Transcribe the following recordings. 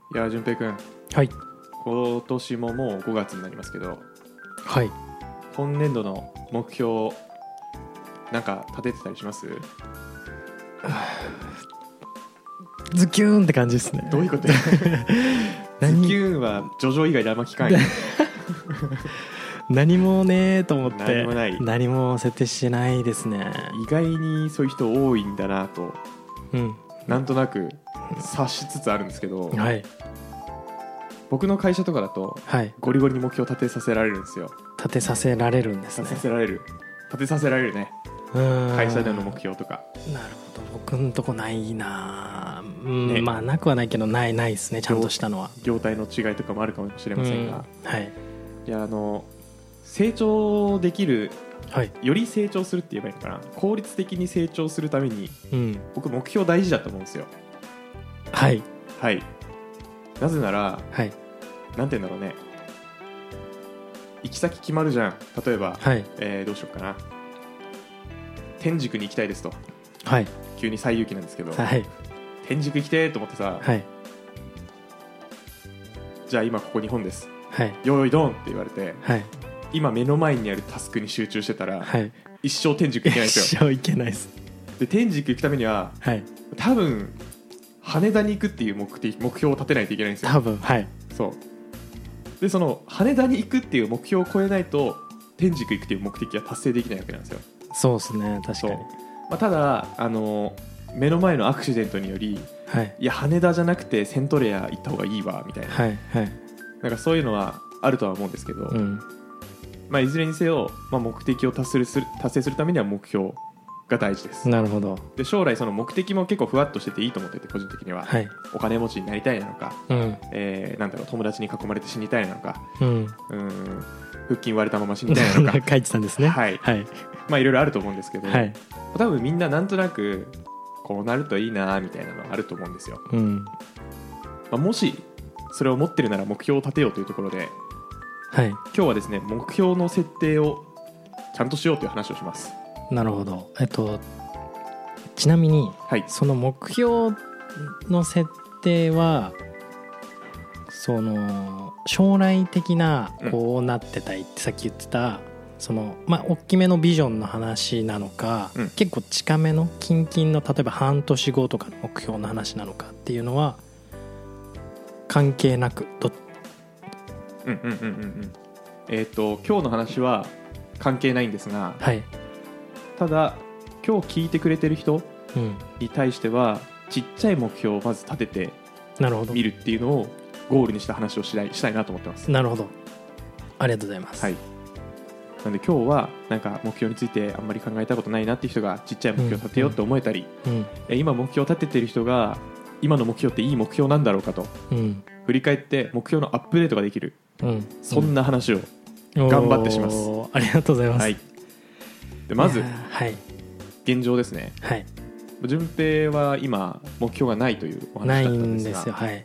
いや順平くん、 はい。 今年ももう5月になりますけど、 はい。 今年度の目標なんか立ててたりします？ ズキューンって感じですね。 どういうこと？ズキューンはジョジョ以外であんま聞かない。 何もねーと思って何もない。 何も設定してないですね。 意外にそういう人多いんだなと、なんとなく察しつつあるんですけど、 はい。 僕の会社とかだとはい。 ゴリゴリに目標立てさせられるんですよ。 立てさせられるんですね。 立てさせられるね。会社での目標とか。 なるほど。僕んとこないな、 ね、 まあなくはないけどないですね。ちゃんとしたのは。 業態の違いとかもあるかもしれませんが、 はい。 いや成長できる、 はい、 より成長するって言えばいいのかな、効率的に成長するために、僕目標大事だと思うんですよ。 はいはい。なぜなら、 はい、 なんて言うんだろうね、行き先決まるじゃん。例えば、 はい、 どうしようかな、天竺に行きたいですと、 はい、 急に西遊記なんですけど、 はい、 天竺行きてーと思ってさ、 はい、 じゃあ今ここ日本です、 はい、 よーいドンって言われて、 はい、 今目の前にあるタスクに集中してたら、 はい、 一生天竺行けないですよ。 一生行けないです。 で天竺行くためには、 はい、 多分羽田に行くっていう目標を立てないといけないんですよ。 多分、はい。 そうで、その羽田に行くっていう目標を超えないと天竺行くっていう目的は達成できないわけなんですよ。 そうですね、確かに。 ただ目の前のアクシデントにより、 はい、 いや羽田じゃなくてセントレア行った方がいいわみたいな、 はいはい、 なんかそういうのはあるとは思うんですけど、いずれにせよ、目的を達成するためには目標が大事です。 なるほど。 で将来その目的も結構ふわっとしてていいと思ってて、個人的には、 はい、 お金持ちになりたいなのか、なんだろう、友達に囲まれて死にたいなのか、腹筋割れたまま死にたいなのか書いてたんですね。 はい、 はい、 いろいろあると思うんですけど、 はい、 多分みんななんとなくこうなるといいなみたいなのはあると思うんですよ。もしそれを持ってるなら目標を立てようというところで、 はい、 今日はですね、目標の設定をちゃんとしようという話をします。 なるほど。ちなみに、 はい、 その目標の設定はその将来的なこうなってたいってさっき言ってた、その大きめのビジョンの話なのか、結構近めの近々の例えば半年後とかの目標の話なのかっていうのは関係なく今日の話は関係ないんですが、 はい、 ただ今日聞いてくれてる人に対しては、ちっちゃい目標をまず立ててみるっていうのをゴールにした話をしたいなと思ってます。なるほど、 ありがとうございます。 はい。なので今日はなんか目標についてあんまり考えたことないなっていう人がちっちゃい目標を立てようって思えたり、今目標を立ててる人が今の目標っていい目標なんだろうかと、振り返って目標のアップデートができる、そんな話を頑張ってします。 ありがとうございます。はい、 でまず、 はい、 現状ですね。 はい、 順平は今目標がないというお話だったんですが、ないんですよ。はい。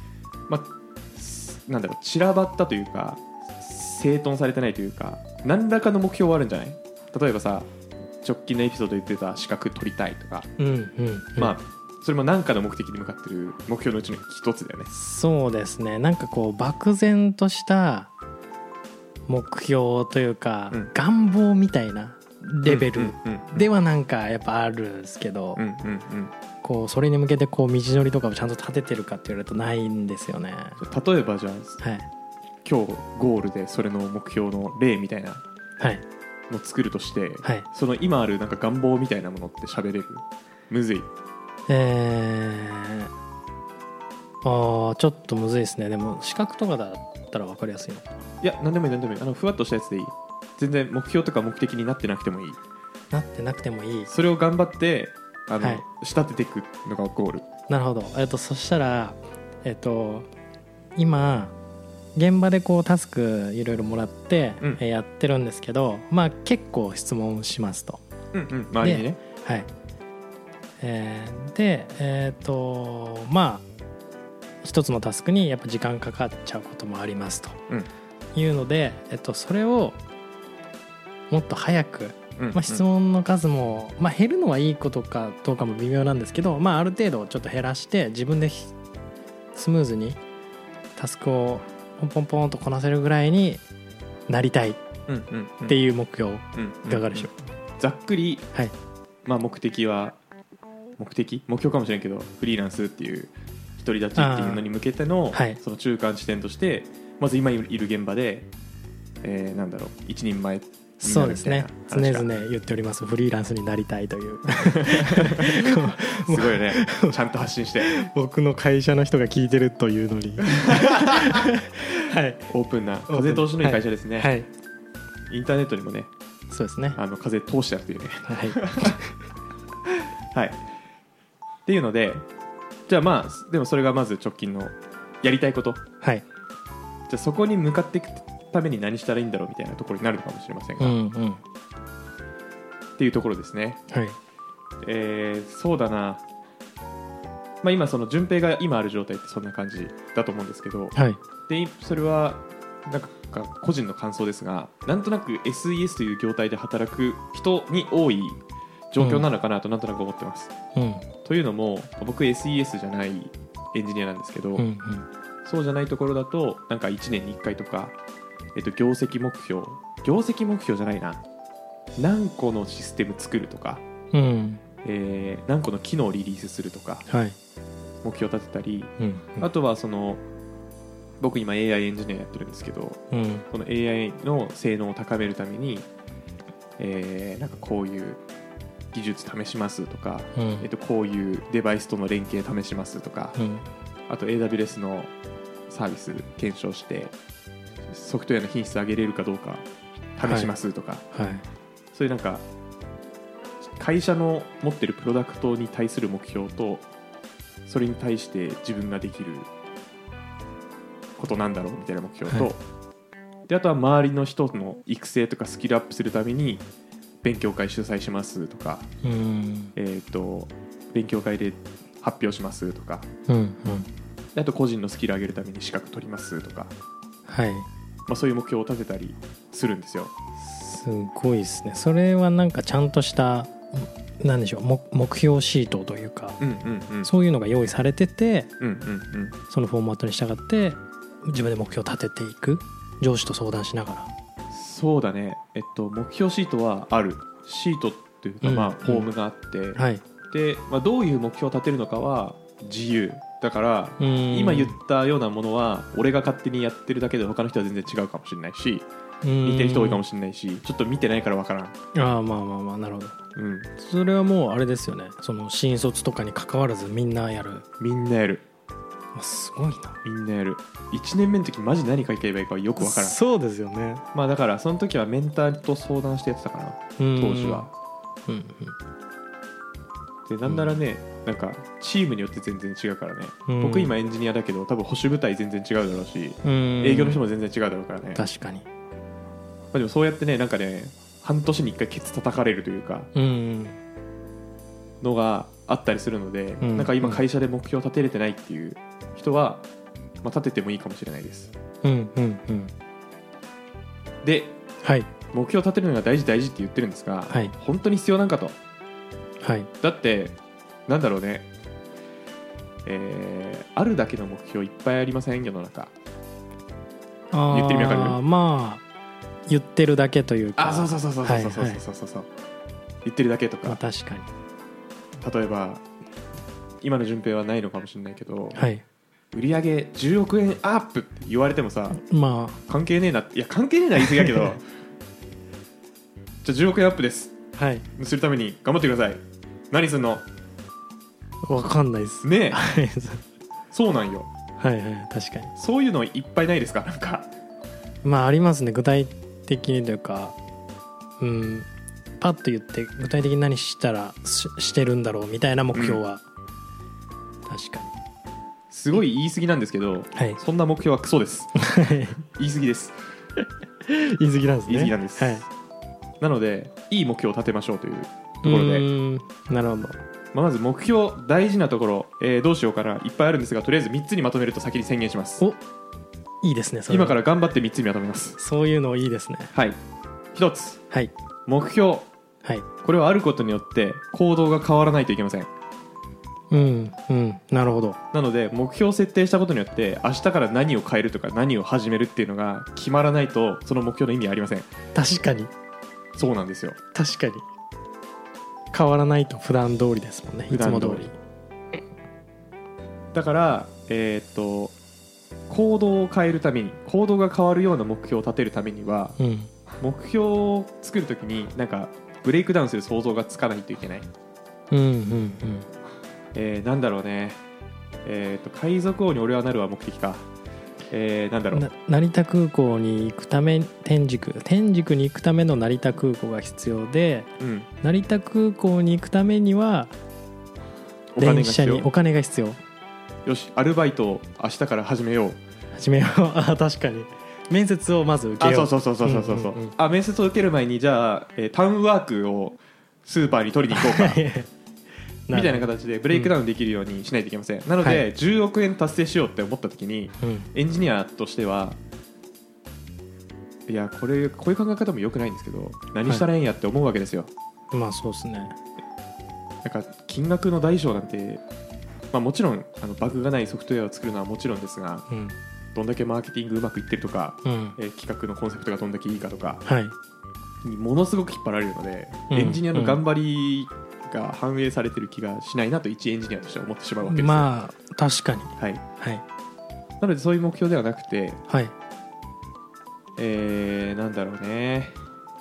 なんだろう、散らばったというか整頓されてないというか、何らかの目標はあるんじゃない？例えばさ、直近のエピソードで言ってた資格取りたいとか、それも何かの目的に向かってる目標のうちの一つだよね。 そうですね。なんかこう漠然とした目標というか、願望みたいなレベルではなんかやっぱあるんですけど、こうそれに向けてこう道のりとかをちゃんと立ててるかって言われるとないんですよね。 例えばじゃあ、はい、今日ゴールでそれの目標の例みたいなのを作るとして、はい、その今あるなんか願望みたいなものって喋れる？むずい？ ちょっとむずいですね。でも資格とかだったら分かりやすいのかな。 いや、何でもいいふわっとしたやつでいい。全然目標とか目的になってなくてもいい。 なってなくてもいい。 それを頑張って仕立てていくのがゴール。 なるほど。そしたら今現場でこうタスクいろいろもらって、やってるんですけど、結構質問しますと。 周りにね。 はい。で一つのタスクにやっぱ時間かかっちゃうこともありますと、いうので、それをもっと早く、質問の数も、減るのはいいことかどうかも微妙なんですけど、ある程度ちょっと減らして自分でスムーズにタスクをポンポンポンとこなせるぐらいになりたいっていう目標、いかがでしょう。 ざっくり、 はい、 まあ、目標かもしれんけどフリーランスっていう独り立ちっていうのに向けての、 はい、 その中間地点としてまず今いる現場で、なんだろう一人前になるみたいな話か。 そうですね、常々言っております。フリーランスになりたいというすごいよね、ちゃんと発信して僕の会社の人が聞いてるというのにはい、 オープンな風通しのいい会社ですね、 はいはい、 インターネットにもね、 そうですね、 風通してあるというねはいはい、っていうので、じゃあまあでもそれがまず直近のやりたいこと、 はい、 じゃあそこに向かっていくために何したらいいんだろうみたいなところになるのかもしれませんが、っていうところですね。 はい、 そうだな、まあ、今その順平が今ある状態ってそんな感じだと思うんですけど、 はい、 でそれはなんか個人の感想ですが、なんとなく SES という業態で働く人に多い状況なのかなとなんとなく思ってます、というのも僕 SES じゃないエンジニアなんですけど、そうじゃないところだとなんか1年に1回とか、業績目標じゃないな、何個のシステム作るとか、何個の機能をリリースするとか、 はい、 目標を立てたり、あとはその僕今 AI エンジニアやってるんですけど、この AI の性能を高めるために、なんかこういう技術試しますとか、こういうデバイスとの連携試しますとか、あと AWS のサービス検証してソフトウェアの品質上げれるかどうか試しますとか、そういうなんか会社の持ってるプロダクトに対する目標と、それに対して自分ができることなんだろうみたいな目標と、であとは周りの人の育成とかスキルアップするために勉強会主催しますとか、勉強会で発表しますとか、あと個人のスキル上げるために資格取りますとか、そういう目標を立てたりするんですよ。 すごいですね。それはなんかちゃんとしたなんでしょう、目標シートというか、そういうのが用意されてて、そのフォーマットに従って自分で目標を立てていく、上司と相談しながら。 そうだね、目標シートはある。シートっていうか、フォームがあって、でどういう目標を立てるのかは自由だから、今言ったようなものは俺が勝手にやってるだけで他の人は全然違うかもしれないし、似てる人多いかもしれないし、ちょっと見てないから分からん。 なるほど、それはもうあれですよね、その新卒とかに関わらずみんなやる。すごいな。 みんなやる。1年目の時マジ何書けばいいかよく分からん。 そうですよね。 だからその時はメンターと相談してやってたかな、当時は。でなんならね、なんかチームによって全然違うからね、僕今エンジニアだけど多分保守部隊全然違うだろうし、営業の人も全然違うだろうからね。 確かに。 でもそうやってね、なんかね、半年に1回ケツ叩かれるというか、のがあったりするので、なんか今会社で目標立てれてないっていう人は、立ててもいいかもしれないです。で、目標立てるのが大事って言ってるんですが、本当に必要なんかと。だってなんだろうね、あるだけの目標いっぱいありません、世の中。言ってる意味わかる？ 言ってるだけというか、 そう言ってるだけとか、 確かに。 例えば今の順平はないのかもしれないけど、売上10億円アップって言われてもさ、関係ねえな、いや関係ねえな言い過ぎだけどじゃあ10億円アップです、するために頑張ってください。何すんの？ 分かんないですねえそうなんよ。 確かに。 そういうのいっぱいないですか？なんかありますね。具体的にというか、パッと言って具体的に何したらしてるんだろうみたいな目標は、確かにすごい言い過ぎなんですけど、そんな目標はクソです言い過ぎです言い過ぎなんですね。 言い過ぎなんです、なのでいい目標を立てましょうというところで。 なるほど。 まず目標大事なところ、どうしようかな、いっぱいあるんですが、とりあえず3つにまとめると先に宣言します。 いいですね。 今から頑張って3つにまとめます。 そういうのいいですね。 1つ、目標、これはあることによって行動が変わらないといけません。 うんうん、なるほど。 なので目標を設定したことによって明日から何を変えるとか何を始めるっていうのが決まらないとその目標の意味はありません。 確かにそうなんですよ。 確かに変わらないと普段通りですもんね。いつも通り。 だから行動を変えるために行動が変わるような目標を立てるためには、うん、目標を作るときになんかブレイクダウンする想像がつかないといけない。うんうんうん、なんだろうね、海賊王に俺はなるは目的か、なんだろう、 成田空港に行くため天竺に行くための成田空港が必要で、うん、成田空港に行くためには電車にお金が必要。 よし、アルバイトを明日から始めようあ、確かに面接をまず受けよう。 そう、面接を受ける前にじゃあ、タウンワークをスーパーに取りに行こうかみたいな形でブレイクダウンできるようにしないといけません、なので、はい、10億円達成しようって思った時に、うん、エンジニアとしてはいやこういう考え方も良くないんですけど何したらええんやって思うわけですよ、 はい、まあそうですね。 なんか金額の大小なんて、まあ、もちろんバグがないソフトウェアを作るのはもちろんですが、うん、どんだけマーケティングうまくいってるとか、うん企画のコンセプトがどんだけいいかとか、はい、にものすごく引っ張られるので、うん、エンジニアの頑張りが反映されてる気がしないなと一エンジニアとして思ってしまうわけですよ。 まあ確かに、 はいはい、なのでそういう目標ではなくて、はい、なんだろうね、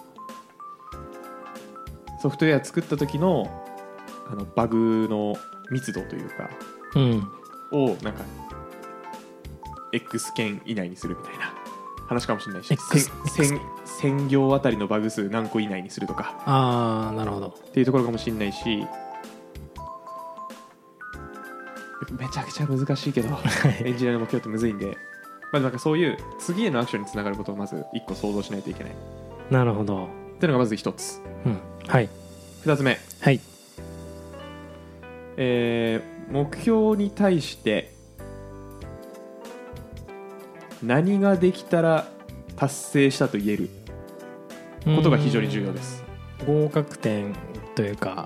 ソフトウェア作った時のバグの密度というか、うん、をなんか X 件以内にするみたいな話かもしれないし、1000行あたりのバグ数何個以内にするとか、 あーなるほどっていうところかもしれないし、めちゃくちゃ難しいけどエンジニアの目標ってむずいんで、まあ、なんかそういう次へのアクションにつながることをまず1個想像しないといけない。 なるほどっていうのがまず1つ、うん、はい。2つ目、はい、目標に対して何ができたら達成したと言えることが非常に重要です。 合格点というか、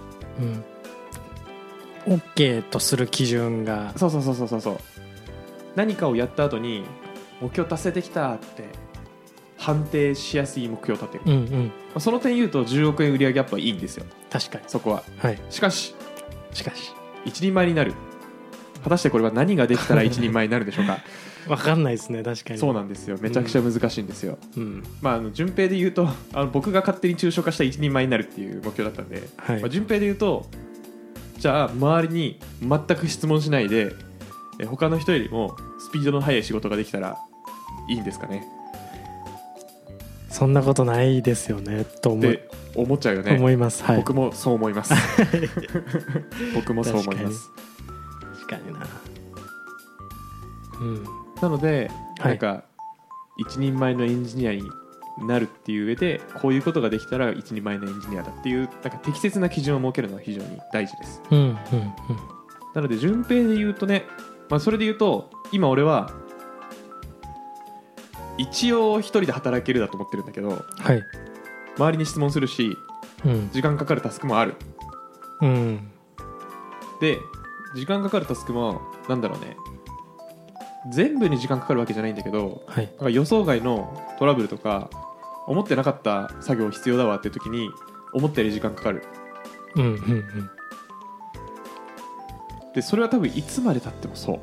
うん、OK とする基準が、 そう何かをやった後に目標達成できたって判定しやすい目標を立てる、うんうん、その点言うと10億円売上アップはいいんですよ。 確かにそこは、はい、しかし一人前になる、果たしてこれは何ができたら一人前になるでしょうか分かんないですね。確かにそうなんですよ、めちゃくちゃ難しいんですよ、うんまあ、順平で言うと僕が勝手に抽象化した一人前になるっていう目標だったんで、はい順平で言うとじゃあ周りに全く質問しないで他の人よりもスピードの速い仕事ができたらいいんですかね。 そんなことないですよねと思っちゃうよね。 思います、はい、 僕もそう思います僕もそう思います。 確かにな、 うん、なので、はい、なんか一人前のエンジニアになるっていう上でこういうことができたら一人前のエンジニアだっていうなんか適切な基準を設けるのは非常に大事です、うんうんうん、なので順平で言うとね、まあ、それで言うと今俺は一応一人で働けるだと思ってるんだけど、はい、周りに質問するし、うん、時間かかるタスクもある、うん、で時間かかるタスクもなんだろうね、全部に時間かかるわけじゃないんだけど、はい、なんか予想外のトラブルとか思ってなかった作業必要だわっていう時に思ったより時間かかる、うんうんうん、でそれは多分いつまで経ってもそう、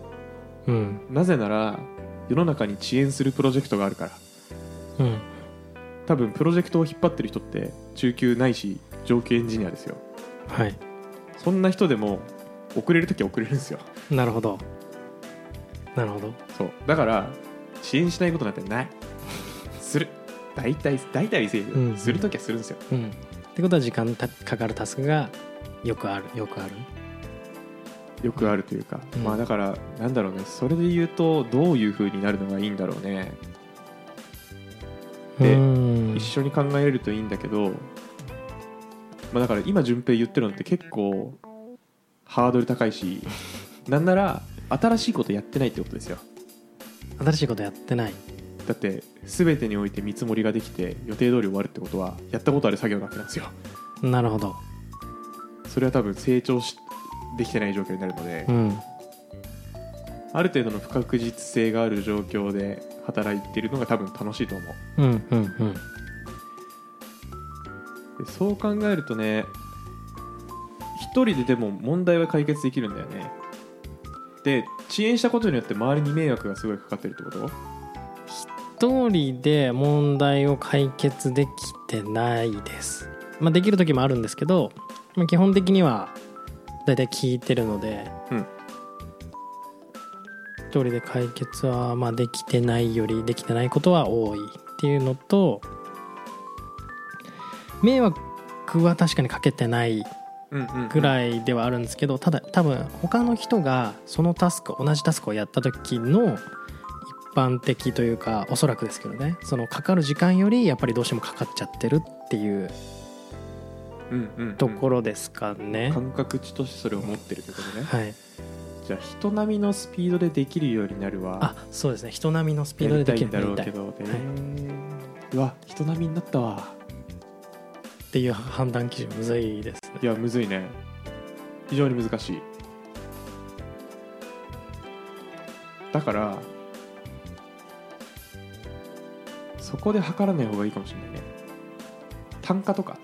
うん、なぜなら世の中に遅延するプロジェクトがあるから、うん、多分プロジェクトを引っ張ってる人って中級ないし上級エンジニアですよ、はい、そんな人でも遅れるときは遅れるんですよ。 なるほどなるほど。 そうだから遅延しないことなんてないする大体はせいよ、うん、するときはするんですよ、うん、 ってことは時間かかるタスクがよくあるというか、うん、まあだからなんだろうね、それで言うとどういう風になるのがいいんだろうねで一緒に考えれるといいんだけど、まあ、だから今順平言ってるのって結構ハードル高いしなんなら新しいことやってないってことですよ。 新しいことやってない。 だって全てにおいて見積もりができて予定通り終わるってことはやったことある作業なわけなんですよ。 なるほど。 それは多分成長できてない状況になるので、 うん、 ある程度の不確実性がある状況で働いているのが多分楽しいと思う。 うんうんうん、 でそう考えるとね、一人ででも問題は解決できるんだよね。で遅延したことによって周りに迷惑がすごいかかってるってこと？ 一人で問題を解決できてないです。まあ、できる時もあるんですけど、まあ、基本的にはだいたい聞いてるので、 うん、 一人で解決はまあできてないよりできてないことは多いっていうのと、迷惑は確かにかけてないぐらいではあるんですけど、ただ多分他の人がそのタスク、同じタスクをやった時の一般的というか、おそらくですけどね、そのかかる時間よりやっぱりどうしてもかかっちゃってるっていうところですかね。 感覚値としてそれを持ってるってことね。 はい。 じゃあ人並みのスピードでできるようになるわ。 あ、そうですね、人並みのスピードでできるやりたいんだろうけどね、はい、うわ人並みになったわっていう判断基準むずいですね。 いやむずいね、非常に難しい。だからそこで測らない方がいいかもしれないね。単価とか、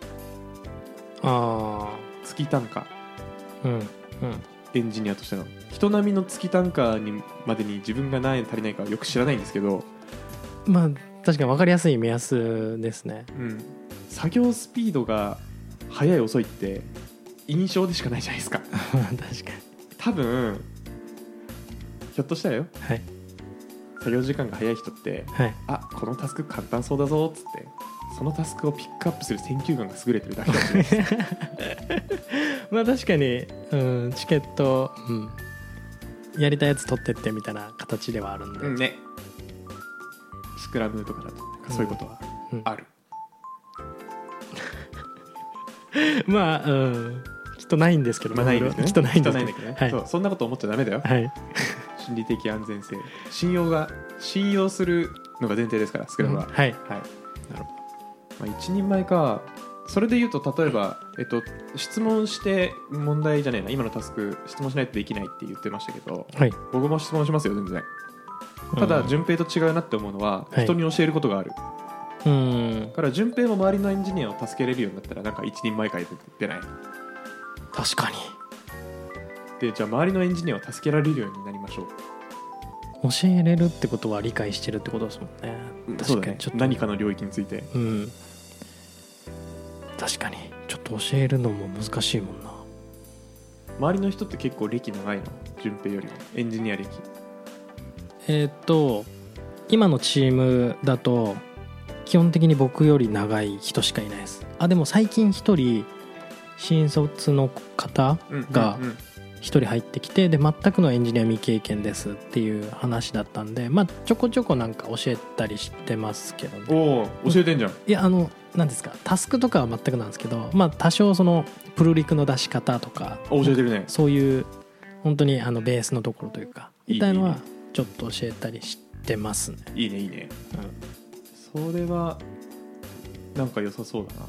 月単価、 うんうん、 エンジニアとしての人並みの月単価にまでに自分が何円足りないかよく知らないんですけど、 まあ確かに分かりやすい目安ですね、 うん、作業スピードが速い遅いって印象でしかないじゃないですか確かに多分ひょっとしたらよ、 はい、 作業時間が早い人って、 はい、 あこのタスク簡単そうだぞっつってそのタスクをピックアップする選球眼が優れてるだけかもしれないですまあ確かに、うん、チケット、うん、やりたいやつ取ってってみたいな形ではあるんで、 うんね、スクラムとかだとそういうことはある、 うん、まあ、うん、きっとないんですけど、 まあ、ないんですね、 きっとないんですけど、 ね、 はい、 そんなこと思っちゃダメだよ、 はい、 心理的安全性、信用するのが前提ですから、スクラムは、 はい、 はい、なるほど、まあ、一人前か。それで言うと例えば、質問して問題じゃねえな、今のタスク質問しないとできないって言ってましたけど、 はい、 僕も質問しますよ全然。ただ順平と違うなって思うのは、人に教えることがある、 はい、 だから順平も周りのエンジニアを助けれるようになったらなんか一人前会出ない？ 確かに。 でじゃあ周りのエンジニアを助けられるようになりましょう。教えれるってことは理解してるってことですもんね。 確かにちょっと何かの領域について、 うん、確かにちょっと教えるのも難しいもんな。 周りの人って結構歴長いの？順平よりもエンジニア歴。 今のチームだと基本的に僕より長い人しかいないです。あ、でも最近一人新卒の方が一人入ってきて、で全くのエンジニア未経験ですっていう話だったんで、まあちょこちょこなんか教えたりしてますけどね。 おお、教えてんじゃん。 いやなんですか、タスクとかは全くなんですけど、まあ多少そのプルリクの出し方とか教えてるね。 そういう本当にベースのところというかみたいのはちょっと教えたりしてますね。 いいねいいね、うん、それはなんか良さそうだな。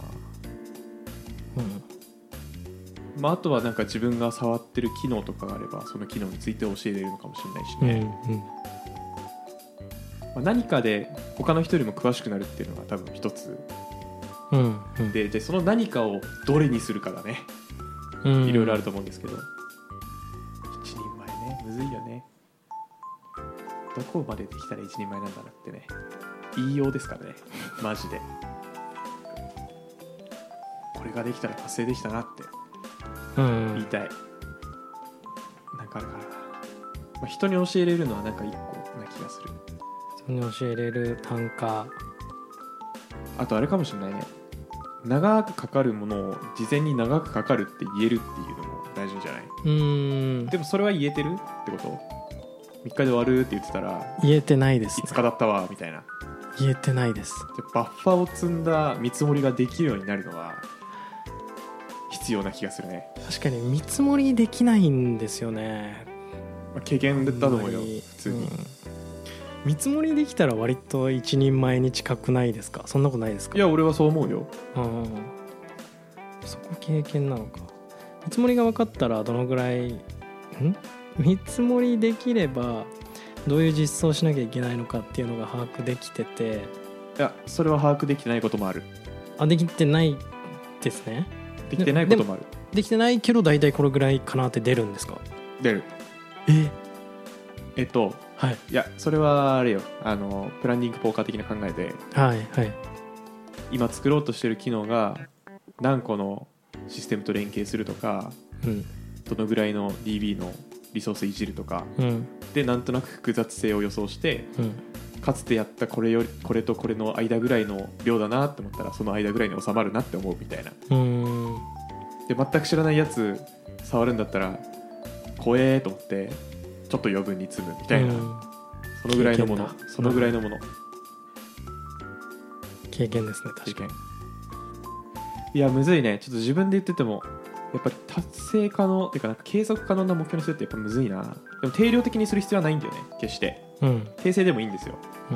うん、まあ、あとはなんか自分が触ってる機能とかがあればその機能について教えれるのかもしれないしね、うんうん、まあ、何かで他の人よりも詳しくなるっていうのが多分一つ、うんうん、でその何かをどれにするかがね、いろいろあると思うんですけど、一人前ね、むずいよね。どこまでできたら一人前なんだなってね、言いようですからね、マジで。これができたら達成できたなって言いたい、なんかあるから、まあ、人に教えれるのはなんか一個な気がする。 人に教えれる単価、 あとあれかもしれないね、長くかかるものを事前に長くかかるって言えるっていうのも大事じゃない？でもそれは言えてるってこと？ 3 日で終わるって言ってたら言えてないです、ね、 5日だったわみたいな。 言えてないです。 でバッファーを積んだ見積もりができるようになるのは必要な気がするね。 確かに見積もりできないんですよね、 まあ、経験だと思うよ普通に、 見積もりできたら割と一人前に近くないですか？そんなことないですか？ いや俺はそう思うよ、 そこ経験なのか。 見積もりが分かったらどのぐらい見積もりできればどういう実装しなきゃいけないのかっていうのが把握できてて、 いやそれは把握できてないこともある。 できてないですね。 できてないこともある。 できてないけど大体これぐらいかなって出るんですか？ 出る。 はい。 いやそれはあれよ、プランニングポーカー的な考えで、 はいはい。 今作ろうとしてる機能が何個のシステムと連携するとか、どのぐらいの DB のリソースいじるとか、でなんとなく複雑性を予想して、かつてやったこれとこれの間ぐらいの量だなって思ったらその間ぐらいに収まるなって思うみたいな。で全く知らないやつ触るんだったら怖えと思ってちょっと余分に積むみたいな、そのぐらいのもの、そのぐらいのもの経験ですね。確かに。 いやむずいね。ちょっと自分で言っててもやっぱり達成可能っていうか、なんか継続可能な目標にするってやっぱむずいな。でも定量的にする必要はないんだよね、決して。訂正でもいいんですよ。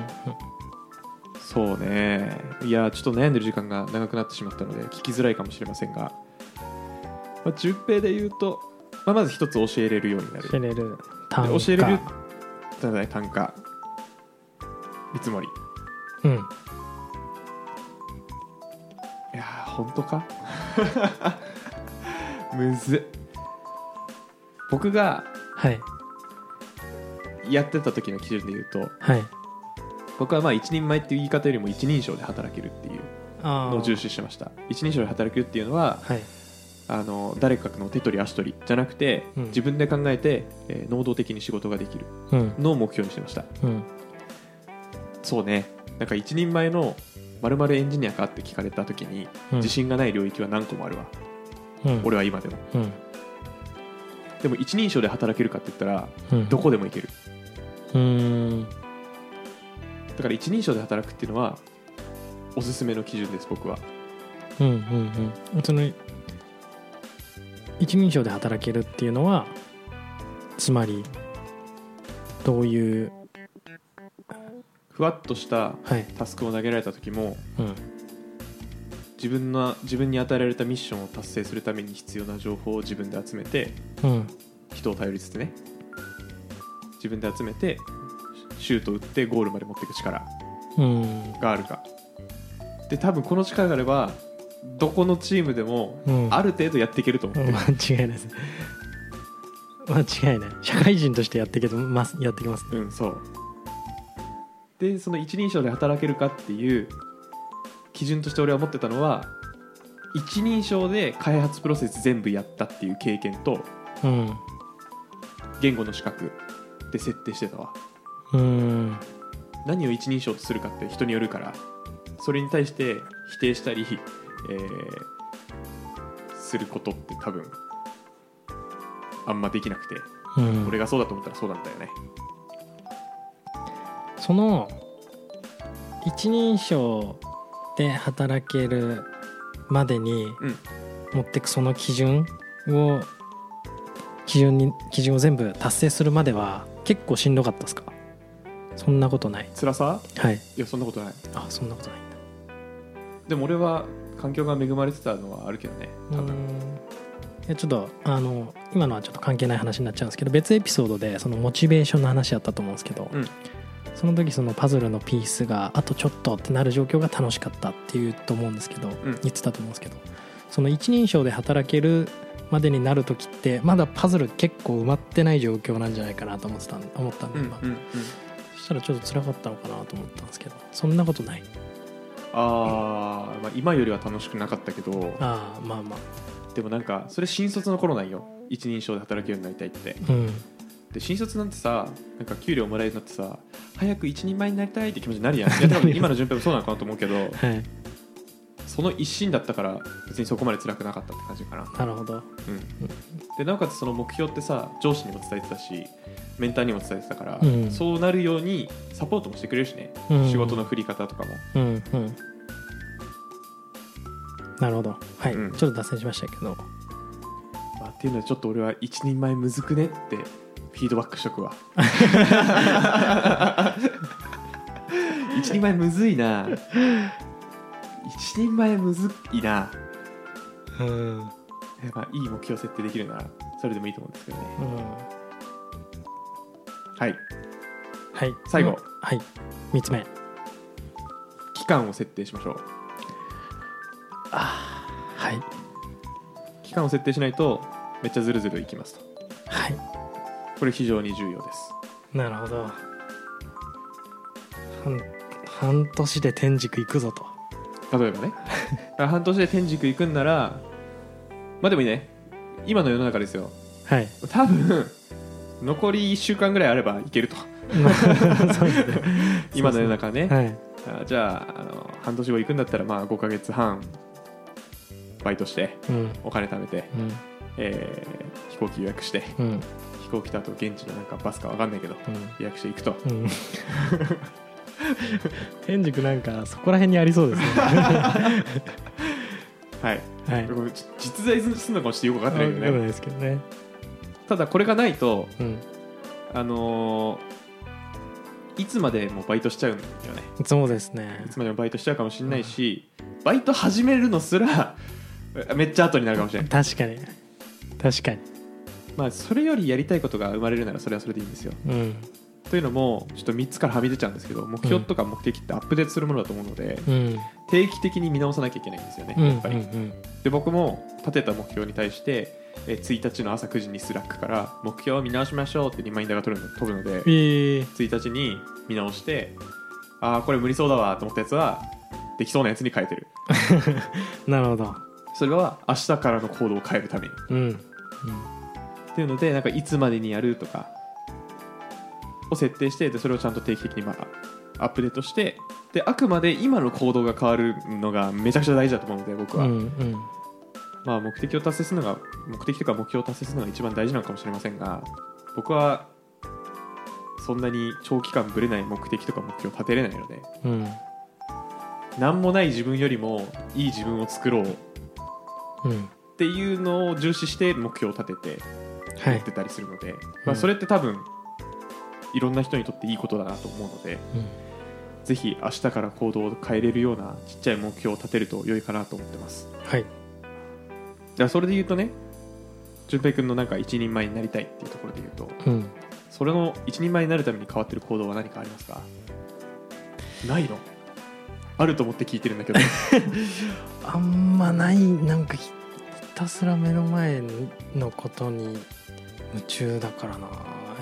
そうね。いやちょっと悩んでる時間が長くなってしまったので聞きづらいかもしれませんが、順平で言うと、まず一つ教えれるようになる。 教えれる単価。 教えれる単価、見積もり。いや本当かむずっ。僕がやってた時の基準で言うと、僕は一人前っていう言い方よりも一人称で働けるっていうのを重視してました。一人称で働けるっていうのは、誰かの手取り足取りじゃなくて、自分で考えて、能動的に仕事ができるのを目標にしてました。そうね。なんか一人前の〇〇エンジニアかって聞かれた時に、自信がない領域は何個もあるわ、俺は今でも。でも一人称で働けるかって言ったら、どこでもいける。だから一人称で働くっていうのはおすすめの基準です、僕は。 その一人称で働けるっていうのはつまりどういう、 ふわっとしたタスクを投げられた時も、自分に与えられたミッションを達成するために必要な情報を自分で集めて、人を頼りつつね、自分で集めてシュート打ってゴールまで持っていく力があるか。で多分この力があればどこのチームでもある程度やっていけると思ってる。 間違いないです。間違いない。社会人としてやっていけますね。 そうで、その一人称で働けるかっていう基準として俺は持ってたのは、一人称で開発プロセス全部やったっていう経験と、言語の資格で設定してたわ。何を一人称とするかって人によるから、それに対して否定したり、することって多分あんまできなくて、俺がそうだと思ったらそうなんだよね。 その一人称で働けるまでに持ってくその基準を全部達成するまでは結構しんどかったですか？そんなことない。 辛さ？ いやそんなことない。 そんなことないんだ。 でも俺は環境が恵まれてたのはあるけどね。多分ちょっと今のはちょっと関係ない話になっちゃうんですけど、別エピソードでそのモチベーションの話やったと思うんですけど、その時そのパズルのピースがあとちょっとってなる状況が楽しかったっていうと思うんですけど、言ってたと思うんですけど、その一人称で働けるまでになる時ってまだパズル結構埋まってない状況なんじゃないかなと思ったんで、そしたらちょっと辛かったのかなと思ったんですけど、そんなことない。 今よりは楽しくなかったけど、でもなんかそれ新卒の頃なんよ、一人称で働けるようになりたいって、で新卒なんてさ、なんか給料もらえるようになってさ、早く一人前になりたいって気持ちになるやん。いや多分今の順平もそうなのかなと思うけど、その一心だったから別にそこまで辛くなかったって感じかな。 なるほど。 でなおかつその目標ってさ、上司にも伝えてたしメンターにも伝えてたから、そうなるようにサポートもしてくれるしね、仕事の振り方とかも。 なるほど。ちょっと脱線しましたけど、 っていうのはちょっと俺は一人前むずくねってフィードバックしとくわ。一人前むずいな。一人前むずいな。 まあ、いい目標設定できるならそれでもいいと思うんですけどね、はいはい、 最後、 はい、3つ目、 期間を設定しましょう。 はい、 期間を設定しないとめっちゃずるずるいきますと。 はい、 これ非常に重要です。 なるほど。半年で天竺行くぞと。 例えばね半年で天竺行くんなら、まあでもいいね、今の世の中ですよ、 はい、 多分残り1週間ぐらいあればいけるとそうですね、 今の世の中ね、 はい、 じゃあ、半年後行くんだったらまあ5ヶ月半バイトしてお金貯めて、飛行機予約して、飛行機とあと現地のなんかバスか分かんないけど、予約していくと、 天竺なんかそこら辺にありそうですねはい、はい、実在するのかもちょっとよく分かってないけどね。 分かんないですけどね。 ただこれがないと、いつまでもバイトしちゃうんだよね。 そうですね、 いつまでもバイトしちゃうかもしれないし、バイト始めるのすらめっちゃ後になるかもしれない。 確かに確かに。 まあそれよりやりたいことが生まれるならそれはそれでいいんですよ、というのもちょっと3つからはみ出ちゃうんですけど、目標とか目的ってアップデートするものだと思うので、定期的に見直さなきゃいけないんですよね、やっぱり、で僕も立てた目標に対して1日の朝9時にスラックから目標を見直しましょうってリマインダーが飛ぶので、1日に見直して、これ無理そうだわと思ったやつはできそうなやつに変えてるなるほど。 それは明日からの行動を変えるために、っていうので、なんかいつまでにやるとかを設定して、でそれをちゃんと定期的にアップデートして、であくまで今の行動が変わるのがめちゃくちゃ大事だと思うので、僕は、まあ、目的というか目標を達成するのが一番大事なのかもしれませんが、僕はそんなに長期間ぶれない目的とか目標を立てれないので、なんもない自分よりもいい自分を作ろうっていうのを重視して目標を立ててやってたりするので、まあ、それって多分いろんな人にとっていいことだなと思うので、ぜひ明日から行動を変えれるようなちっちゃい目標を立てると良いかなと思ってます。 はい。 じゃあそれで言うとね、順平くんのなんか一人前になりたいっていうところで言うと、それの一人前になるために変わってる行動は何かありますか？ないの？あると思って聞いてるんだけどあんまない。なんかひたすら目の前のことに夢中だからな。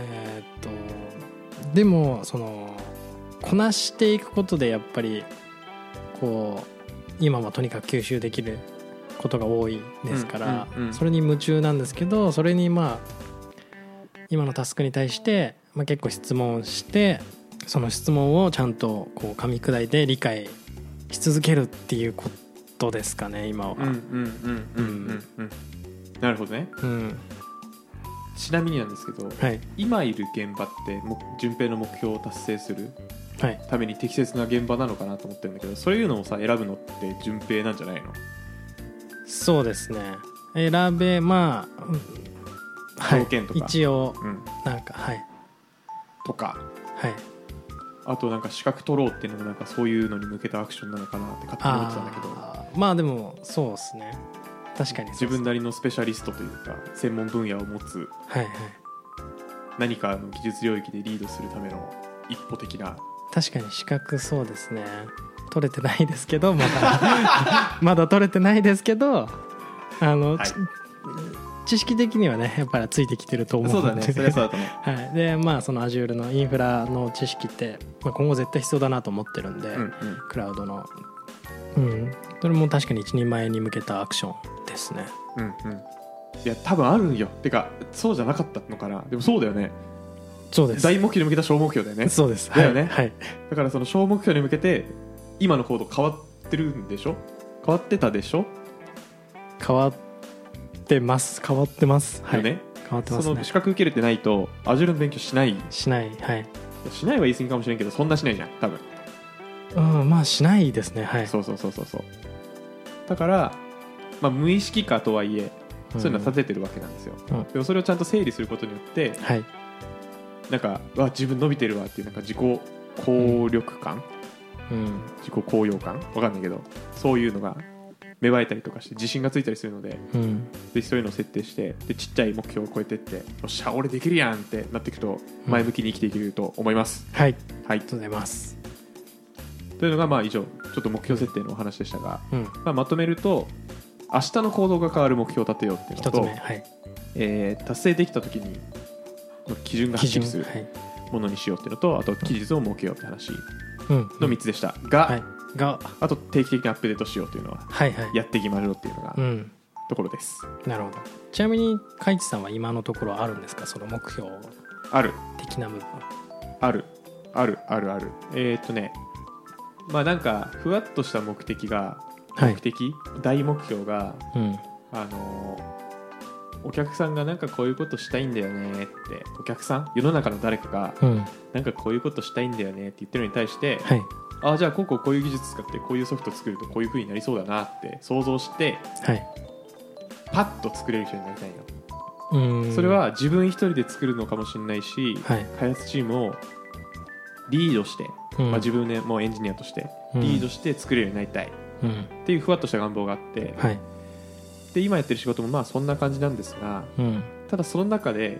でもそのこなしていくことでやっぱりこう今はとにかく吸収できることが多いですから、それに夢中なんですけど、それにまあ今のタスクに対して、結構質問して、その質問をちゃんとこう噛み砕いて理解し続けるっていうことですかね、今は。 なるほどね。ちなみになんですけど、今いる現場って順平の目標を達成するために適切な現場なのかなと思ってるんだけど、そういうのをさ選ぶのって順平なんじゃないの？ そうですね、選べ、まあ、 条件とか、 一応なんか、 とか、あとなんか資格取ろうっていうのもなんかそういうのに向けたアクションなのかなって勝手に思ってたんだけど、 まあでもそうですね、確かに自分なりのスペシャリストというか専門分野を持つ、何かの技術領域でリードするための一歩的な。 確かに資格、そうですね、取れてないですけど、まだ取れてないですけど、知識的にはねやっぱりついてきてると思うので。 そうだね、それはそうだと思う。 でまあその Azure のインフラの知識って、今後絶対必要だなと思ってるんで、クラウドの、それも確かに一人前に向けたアクションですね。 いや多分あるんよ。てかそうじゃなかったのかな。でもそうだよね。 そうです。 大目標に向けた小目標だよね。 そうです。 だよね。だからその小目標に向けて今の行動変わってるんでしょ？変わってたでしょ？ 変わってます。変わってます。 よね。 変わってますね。 その資格受けるってないと Azure の勉強しない。 しない。 しないは言い過ぎかもしれんけど、そんなしないじゃん多分。 まあしないですね。 そうだから、無意識化とはいえそういうのは立ててるわけなんですよ。でもそれをちゃんと整理することによって、なんか自分伸びてるわっていうなんか自己効力感、自己高揚感わかんないけど、そういうのが芽生えたりとかして自信がついたりするので、 うん、 でそういうのを設定してでちっちゃい目標を超えてってよっしゃ俺できるやんってなっていくと前向きに生きていけると思います、 はい、 はい、 ありがとうございます。 というのがまあ以上ちょっと目標設定のお話でしたが、 うんまあ、まとめると明日の行動が変わる目標を立てようっていうのと、 一つ目、はい、 達成できた時に基準がはっきりするものにしようっていうのと、あと期日を設けようって話の3つでしたが、 はい、 あと定期的にアップデートしようというのはやっていきましょうっていうのがところです、 なるほど。ちなみにカイチさんは今のところあるんですか、その目標ある的な部分。 あるまあなんかふわっとした目的、大目標が、お客さんがなんかこういうことしたいんだよねって、お客さん世の中の誰かがなんかこういうことしたいんだよねって言ってるのに対して、あじゃあこういう技術使ってこういうソフト作るとこういう風になりそうだなって想像して、パッと作れる人になりたいな。それは自分一人で作るのかもしれないし、開発チームをリードして、自分でもうエンジニアとしてリードして作れるようになりたいっていうふわっとした願望があって、で今やってる仕事もまあそんな感じなんですが、ただその中で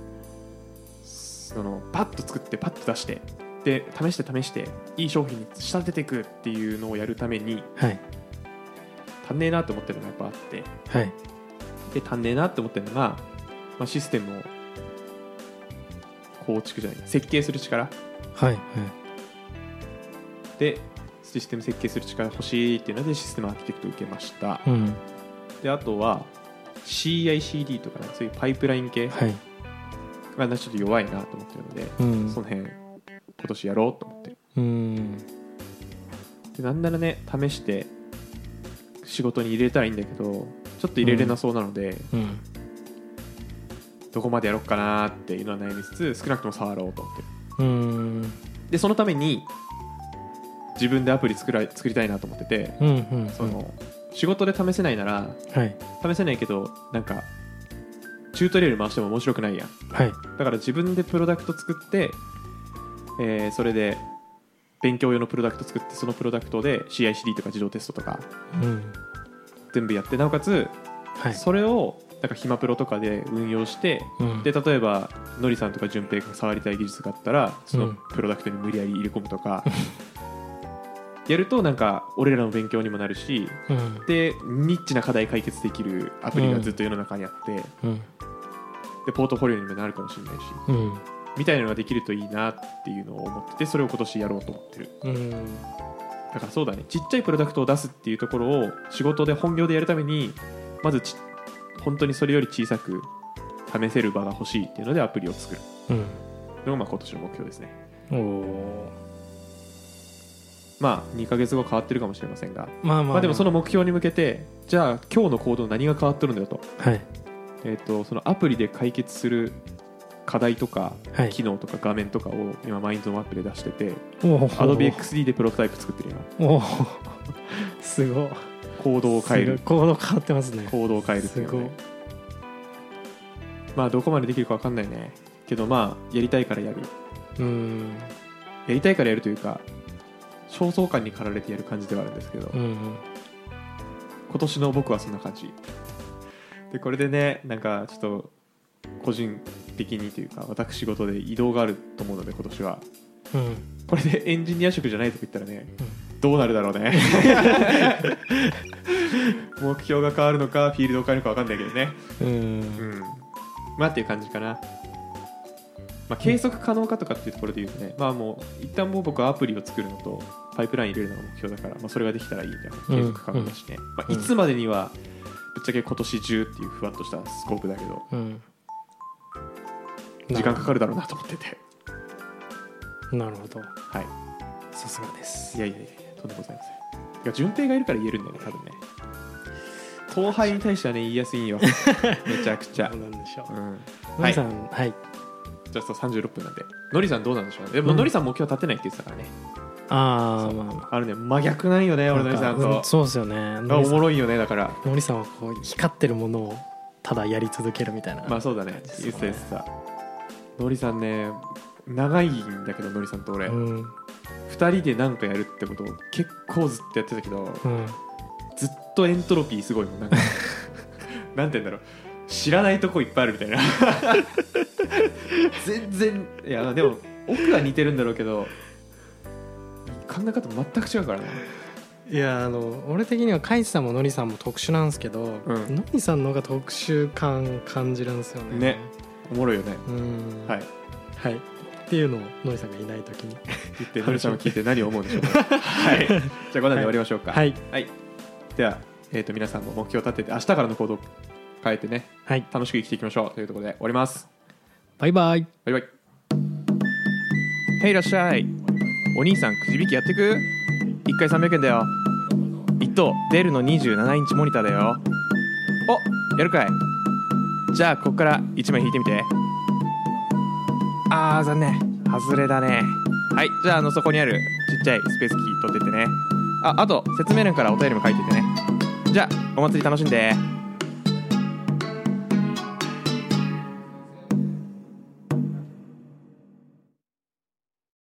パッと作ってパッと出してで試していい商品に仕立てていくっていうのをやるために、足んねえなと思ってるのがやっぱあって、で足んねえなと思ってるのが、システムを構築じゃない設計する力、でシステム設計する力欲しいっていうのでシステムアーキテクトを受けました、であとは CI/CD とか、ね、そういうパイプライン系がちょっと弱いなと思ってるので、その辺今年やろうと思ってる。でなんならね試して仕事に入れたらいいんだけどちょっと入れれなそうなので、どこまでやろうかなっていうのは悩みつつ少なくとも触ろうと思ってる。でそのために自分でアプリ作りたいなと思ってて、その仕事で試せないなら、試せないけどなんかチュートリアル回しても面白くないやん、だから自分でプロダクト作って、それで勉強用のプロダクト作ってそのプロダクトで CI/CD とか自動テストとか、全部やってなおかつ、それをなんか暇プロとかで運用して、で例えばのりさんとか順平が触りたい技術があったらそのプロダクトに無理やり入れ込むとか、やるとなんか俺らの勉強にもなるし、でニッチな課題解決できるアプリがずっと世の中にあって、でポートフォリオにもなるかもしれないし、みたいなのができるといいなっていうのを思ってて、それを今年やろうと思ってる。だからそうだね、ちっちゃいプロダクトを出すっていうところを仕事で本業でやるためにまず本当にそれより小さく試せる場が欲しいっていうのでアプリを作るのがまあ今年の目標ですね。まあ2ヶ月後変わってるかもしれませんが、でもその目標に向けてじゃあ今日の行動何が変わってるんだよと、そのアプリで解決する課題とか、機能とか画面とかを今マインドマップで出してて、Adobe XD でプロトタイプ作ってるよ。 すごい。 コードを変える。 コード変わってますね。 コードを変えるっていうのね。まあどこまでできるか分かんないね。けどまあやりたいからやる。やりたいからやるというか焦燥感に駆られてやる感じではあるんですけど、今年の僕はそんな感じで、これでねなんかちょっと個人的にというか私事で移動があると思うので今年は、これでエンジニア職じゃないとか言ったらね、どうなるだろうね目標が変わるのかフィールドを変えるのか分かんないけどね、まあっていう感じかな。まあ、計測可能かとかっていうところで言うとね、まあもう一旦もう僕はアプリを作るのとパイプライン入れるのが目標だから、まあ、それができたらいいみたいな計測可能だしね、まあ、いつまでにはぶっちゃけ今年中っていうふわっとしたスコープだけど、時間かかるだろうなと思ってて。 なるほど、 はいさすがです。 いやとんでもございません。いや順平がいるから言えるんだよね多分ね。後輩に対してはね言いやすいよめちゃくちゃ。 どうなんでしょう、 のりさん、 じゃあ36分なんで、のりさんどうなんでしょうね。でものりさん目標立てないって言ってたからね。あるね、真逆なんよね俺のりさんと。 そうですよね。 おもろいよね。だからのりさんはこう光ってるものをただやり続けるみたいな。 まあそうだね、言ってたのりさんね長いんだけど、のりさんと俺、2人で何かやるってことを結構ずっとやってたけど、ずっとエントロピーすごいもんなんかなんて言うんだろう、知らないとこいっぱいあるみたいな全然いやでも奥は似てるんだろうけど考え方全く違うからね。 いや俺的にはカイさんもノリさんも特殊なんですけど、ノリさんの方が特殊感感じるんですよね。 ね、おもろいよね。はいはいっていうのをノリさんがいない時に言ってノリさんが聞いて何を思うんでしょうかはい、じゃあこんなんで終わりましょうか。 はい、 はい、では、皆さんも目標を立てて明日からの行動を変えてね、はい、楽しく生きていきましょうというところで終わります。 バイバイバイバイ。へい、いらっしゃい。お兄さんくじ引きやってく？ 1 回300円だよ。1等デルの27インチモニターだよ。お、やるかい。じゃあここから1枚引いてみて。残念、外れだね。はい、じゃあそこにあるちっちゃいスペースキー取ってってね。あと説明欄からお便りも書いててね。じゃあお祭り楽しんで。